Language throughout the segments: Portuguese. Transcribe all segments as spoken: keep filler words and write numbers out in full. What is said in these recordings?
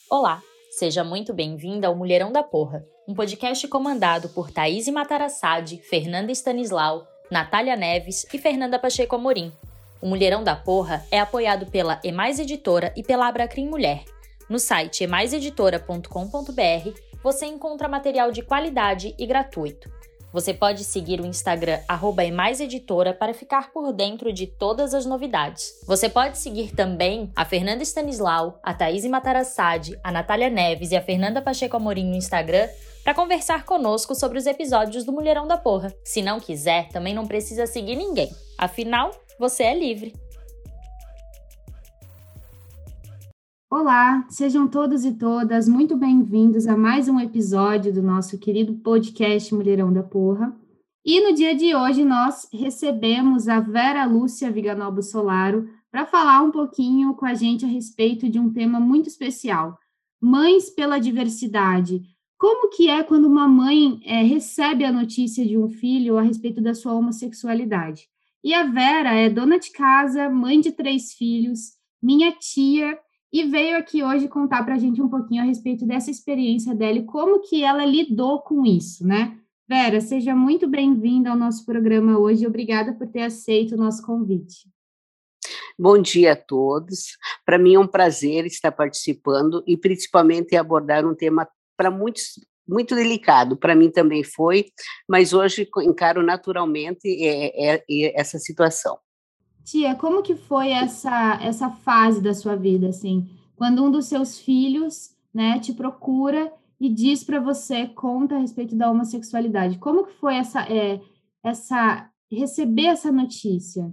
Olá, seja muito bem-vinda ao Mulherão da Porra, um podcast comandado por Thaís Matarassade, Fernanda Stanislau, Natália Neves e Fernanda Pacheco Amorim. O Mulherão da Porra é apoiado pela E Mais Editora e pela Abracrim Mulher. No site e mais editora ponto com ponto b r você encontra material de qualidade e gratuito. Você pode seguir o Instagram arroba e mais editora para ficar por dentro de todas as novidades. Você pode seguir também a Fernanda Stanislau, a Thaís Matarassade, a Natália Neves e a Fernanda Pacheco Amorim no Instagram para conversar conosco sobre os episódios do Mulherão da Porra. Se não quiser, também não precisa seguir ninguém. Afinal, você é livre. Olá, sejam todos e todas muito bem-vindos a mais um episódio do nosso querido podcast Mulherão da Porra. E no dia de hoje nós recebemos a Vera Lúcia Viganobo Solaro para falar um pouquinho com a gente a respeito de um tema muito especial, Mães pela Diversidade. Como que é quando uma mãe é, recebe a notícia de um filho a respeito da sua homossexualidade? E a Vera é dona de casa, mãe de três filhos, minha tia, e veio aqui hoje contar para a gente um pouquinho a respeito dessa experiência dela e como que ela lidou com isso, né? Vera, seja muito bem-vinda ao nosso programa hoje e obrigada por ter aceito o nosso convite. Bom dia a todos. Para mim é um prazer estar participando e principalmente abordar um tema para muitos muito delicado. Para mim também foi, mas hoje encaro naturalmente é, é, é essa situação. Tia, como que foi essa, essa fase da sua vida, assim, quando um dos seus filhos, né, te procura e diz para você, conta a respeito da homossexualidade? Como que foi essa, é, essa, receber essa notícia?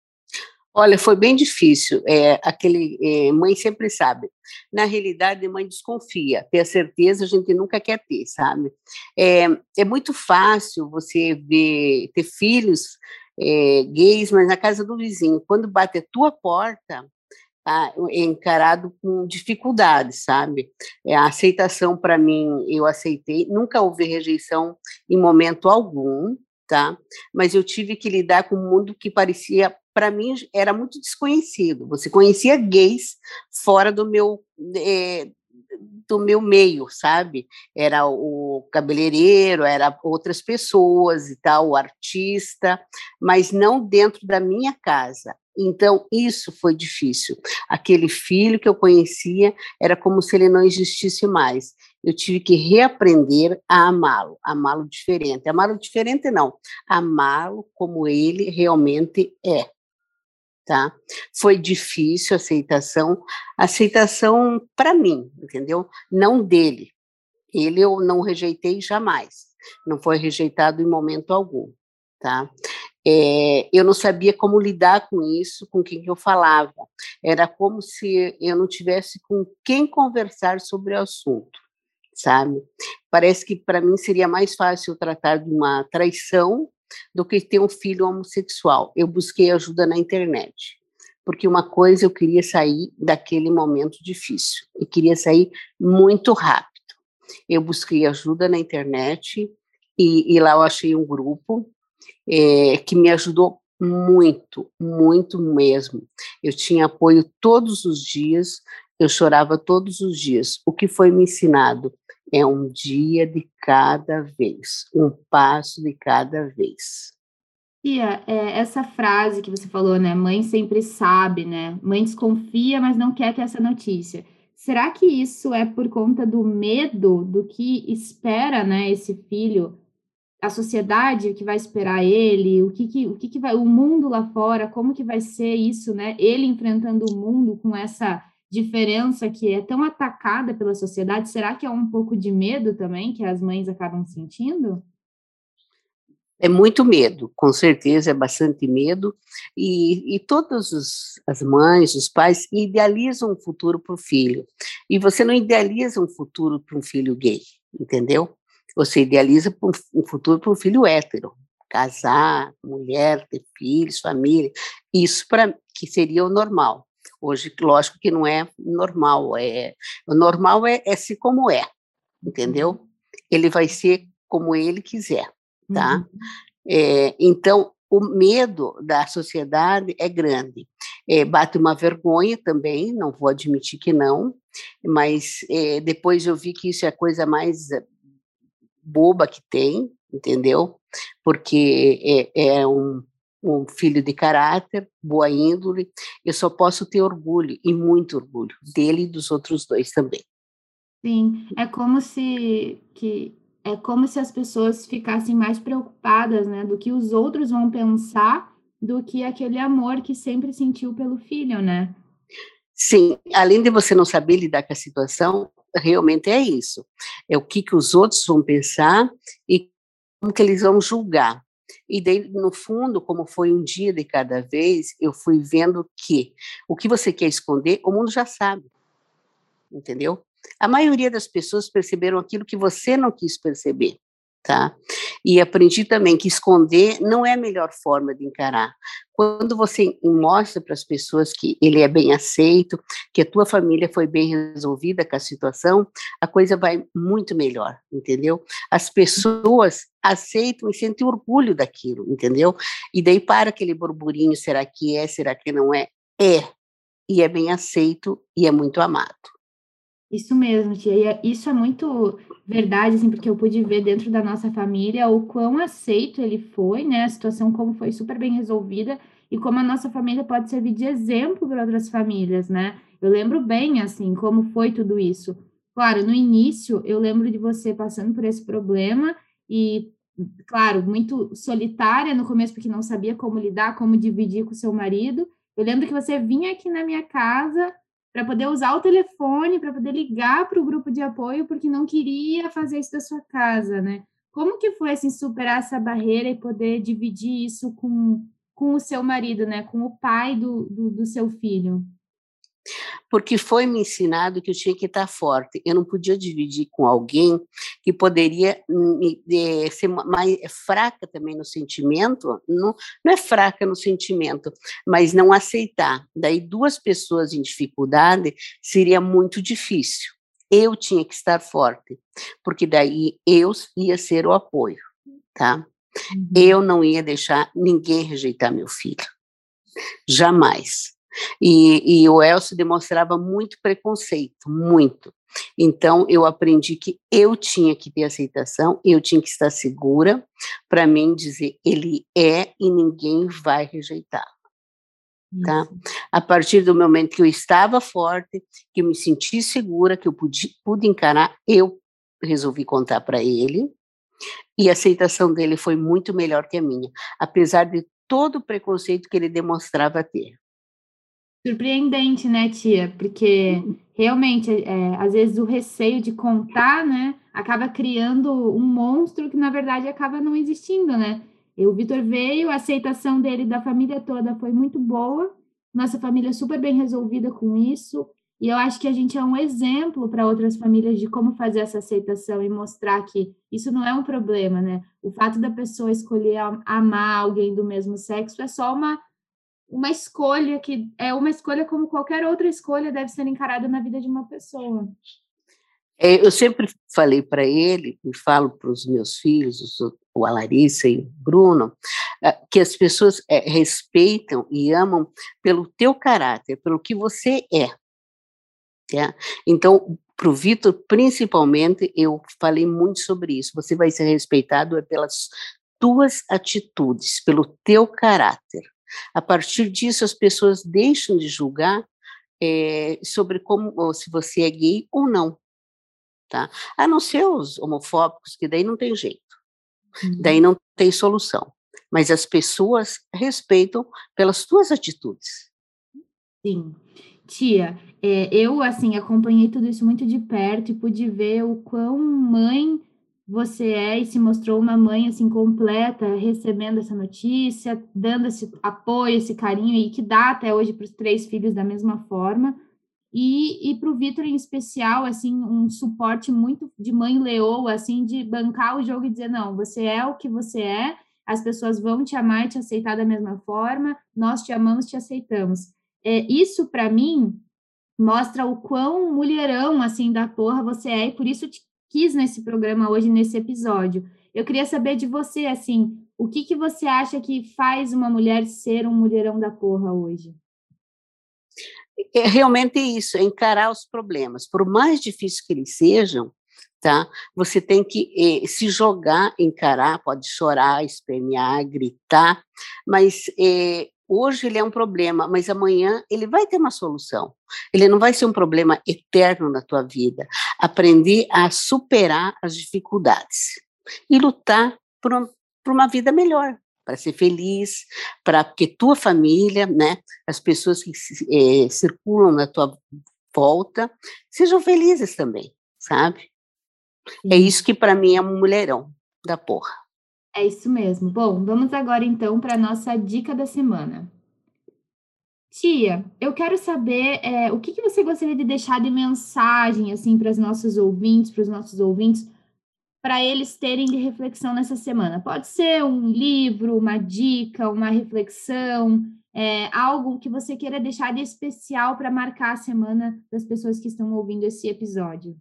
Olha, foi bem difícil, é, aquele, é, mãe sempre sabe, na realidade mãe desconfia, ter a certeza a gente nunca quer ter, sabe? É, é muito fácil você ver, ter filhos é, gays, mas na casa do vizinho, quando bate a tua porta, tá, é encarado com dificuldade, sabe? É, a aceitação para mim, eu aceitei, nunca houve rejeição em momento algum, tá? Mas eu tive que lidar com um mundo que parecia, para mim, era muito desconhecido. Você conhecia gays fora do meu, é, do meu meio, sabe? Era o cabeleireiro, era outras pessoas e tal, o artista, mas não dentro da minha casa. Então, isso foi difícil. Aquele filho que eu conhecia era como se ele não existisse mais. Eu tive que reaprender a amá-lo, amá-lo diferente. Amá-lo diferente não, amá-lo como ele realmente é. Tá? Foi difícil a aceitação, aceitação para mim, entendeu? Não dele. Ele eu não rejeitei jamais, não foi rejeitado em momento algum, tá? É, eu não sabia como lidar com isso, com quem eu falava. Era como se eu não tivesse com quem conversar sobre o assunto, sabe? Parece que para mim seria mais fácil tratar de uma traição do que ter um filho homossexual. Eu busquei ajuda na internet, porque uma coisa eu queria sair daquele momento difícil, e queria sair muito rápido. Eu busquei ajuda na internet, e, e lá eu achei um grupo é, que me ajudou muito, muito mesmo. Eu tinha apoio todos os dias, eu chorava todos os dias. O que foi me ensinado? É um dia de cada vez, um passo de cada vez. Tia, é, essa frase que você falou, né? Mãe sempre sabe, né? Mãe desconfia, mas não quer ter essa notícia. Será que isso é por conta do medo do que espera, né, esse filho, a sociedade que vai esperar ele, o que que, o que que vai, o mundo lá fora, como que vai ser isso, né? Ele enfrentando o mundo com essa diferença que é tão atacada pela sociedade. Será que é um pouco de medo também que as mães acabam sentindo? É muito medo, com certeza é bastante medo, e, e todas os, as mães, os pais idealizam um futuro para o filho, e você não idealiza um futuro para um filho gay, entendeu? Você idealiza um, um futuro para um filho hétero, casar, mulher, ter filhos, família, isso para que seria o normal. Hoje, lógico que não é normal, é, o normal é, é ser como é, entendeu? Ele vai ser como ele quiser. Tá? Uhum. É, então, o medo da sociedade é grande. É, bate uma vergonha também, não vou admitir que não, mas é, depois eu vi que isso é a coisa mais boba que tem, entendeu? Porque é, é um, um filho de caráter, boa índole, eu só posso ter orgulho, e muito orgulho, dele e dos outros dois também. Sim, é como se que é como se as pessoas ficassem mais preocupadas, né, do que os outros vão pensar, do que aquele amor que sempre sentiu pelo filho, né? Sim, além de você não saber lidar com a situação, realmente é isso. É o que, que os outros vão pensar e como que eles vão julgar. E daí, no fundo, como foi um dia de cada vez, eu fui vendo que o que você quer esconder, o mundo já sabe, entendeu? A maioria das pessoas perceberam aquilo que você não quis perceber, tá? E aprendi também que esconder não é a melhor forma de encarar. Quando você mostra para as pessoas que ele é bem aceito, que a tua família foi bem resolvida com a situação, a coisa vai muito melhor, entendeu? As pessoas aceitam e sentem orgulho daquilo, entendeu? E daí para aquele burburinho, será que é, será que não é? É, e é bem aceito e é muito amado. Isso mesmo, tia. E é- isso é muito verdade, assim, porque eu pude ver dentro da nossa família o quão aceito ele foi, né? A situação como foi super bem resolvida e como a nossa família pode servir de exemplo para outras famílias, né? Eu lembro bem, assim, como foi tudo isso. Claro, no início, eu lembro de você passando por esse problema e, claro, muito solitária no começo, porque não sabia como lidar, como dividir com o seu marido. Eu lembro que você vinha aqui na minha casa para poder usar o telefone, para poder ligar para o grupo de apoio, porque não queria fazer isso da sua casa, né? Como que foi, assim, superar essa barreira e poder dividir isso com, com o seu marido, né? Com o pai do, do, do seu filho? Porque foi me ensinado que eu tinha que estar forte. Eu não podia dividir com alguém que poderia me, eh, ser mais fraca também no sentimento, não, não é fraca no sentimento, mas não aceitar. Daí duas pessoas em dificuldade seria muito difícil. Eu tinha que estar forte, porque daí eu ia ser o apoio, tá? Uhum. Eu não ia deixar ninguém rejeitar meu filho, jamais. E, e o Elcio demonstrava muito preconceito, muito. Então, eu aprendi que eu tinha que ter aceitação, eu tinha que estar segura para mim dizer, ele é e ninguém vai rejeitar, tá? Isso. A partir do momento que eu estava forte, que eu me senti segura, que eu pude, pude encarar, eu resolvi contar para ele, e a aceitação dele foi muito melhor que a minha, apesar de todo o preconceito que ele demonstrava ter. Surpreendente, né, tia? Porque realmente, é, às vezes o receio de contar, né, acaba criando um monstro que na verdade acaba não existindo, né? E o Vitor veio, a aceitação dele da família toda foi muito boa, nossa família super bem resolvida com isso, e eu acho que a gente é um exemplo para outras famílias de como fazer essa aceitação e mostrar que isso não é um problema, né? O fato da pessoa escolher am- amar alguém do mesmo sexo é só uma uma escolha que é uma escolha como qualquer outra escolha deve ser encarada na vida de uma pessoa. É, eu sempre falei para ele, e falo para os meus filhos, os- o a Larissa e o Bruno, ah, que as pessoas eh, respeitam e amam pelo teu caráter, pelo que você é, tá? Então, para o Vitor, principalmente, eu falei muito sobre isso. Você vai ser respeitado é pelas tuas atitudes, pelo teu caráter. A partir disso, as pessoas deixam de julgar eh, sobre como, ou se você é gay ou não, tá? A não ser os homofóbicos, que daí não tem jeito, daí Uhum. não tem solução. Mas as pessoas respeitam pelas tuas atitudes. Sim. Tia, eh, eu, assim, acompanhei tudo isso muito de perto e pude ver o quão mãe você é e se mostrou uma mãe, assim, completa, recebendo essa notícia, dando esse apoio, esse carinho e que dá até hoje para os três filhos da mesma forma. E, e para o Vitor em especial, assim, um suporte muito de mãe leoa, assim, de bancar o jogo e dizer, não, você é o que você é, as pessoas vão te amar e te aceitar da mesma forma, nós te amamos, te aceitamos. É, isso, para mim, mostra o quão mulherão, assim, da porra você é, e por isso eu te quis nesse programa hoje, nesse episódio. Eu queria saber de você, assim, o que que você acha que faz uma mulher ser um mulherão da porra hoje? é realmente isso, é encarar os problemas, por mais difíceis que eles sejam, tá? Você tem que eh, se jogar, encarar, pode chorar, espernear, gritar, mas eh, hoje ele é um problema, mas amanhã ele vai ter uma solução. Ele não vai ser um problema eterno na tua vida. Aprender a superar as dificuldades e lutar por, um, por uma vida melhor, para ser feliz, para que tua família, né, as pessoas que eh, circulam na tua volta, sejam felizes também, sabe? É isso que para mim é um mulherão da porra. É isso mesmo. Bom, vamos agora então para a nossa dica da semana. Tia, eu quero saber é, o que, que você gostaria de deixar de mensagem assim para os nossos ouvintes, para os nossos ouvintes, para eles terem de reflexão nessa semana. Pode ser um livro, uma dica, uma reflexão, é, algo que você queira deixar de especial para marcar a semana das pessoas que estão ouvindo esse episódio.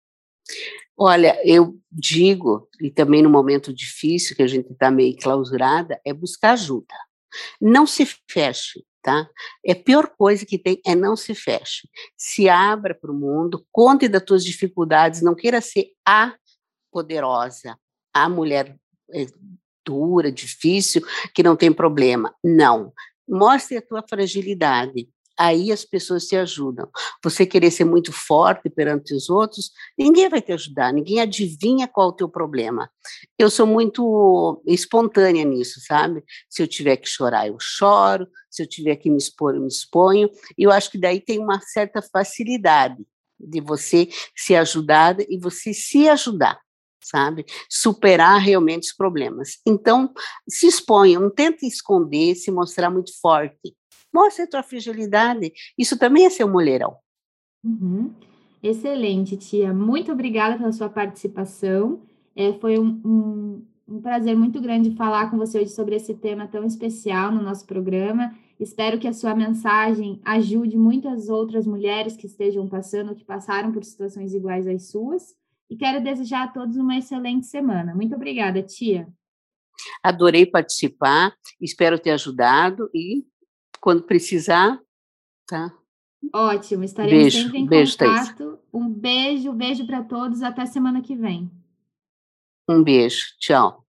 Olha, eu digo, e também no momento difícil que a gente está meio clausurada, é buscar ajuda. Não se feche, tá? É a pior coisa que tem é não se feche. Se abra para o mundo, conte das tuas dificuldades, não queira ser a poderosa, a mulher é, dura, difícil, que não tem problema. Não. Mostre a tua fragilidade. Aí as pessoas te ajudam. Você querer ser muito forte perante os outros, ninguém vai te ajudar, ninguém adivinha qual é o teu problema. Eu sou muito espontânea nisso, sabe? Se eu tiver que chorar, eu choro, se eu tiver que me expor, eu me exponho, e eu acho que daí tem uma certa facilidade de você ser ajudada e você se ajudar, sabe? Superar realmente os problemas. Então, se exponha, não tente esconder, se mostrar muito forte. Mostre a tua fragilidade. Isso também é ser um mulherão. Uhum. Excelente, tia. Muito obrigada pela sua participação. É, foi um, um, um prazer muito grande falar com você hoje sobre esse tema tão especial no nosso programa. Espero que a sua mensagem ajude muitas outras mulheres que estejam passando, que passaram por situações iguais às suas. E quero desejar a todos uma excelente semana. Muito obrigada, tia. Adorei participar, espero ter ajudado e, quando precisar, tá? Ótimo, estaremos Beijo, sempre em beijo, Thaís. contato. Um beijo, beijo para todos. Até semana que vem. Um beijo, tchau.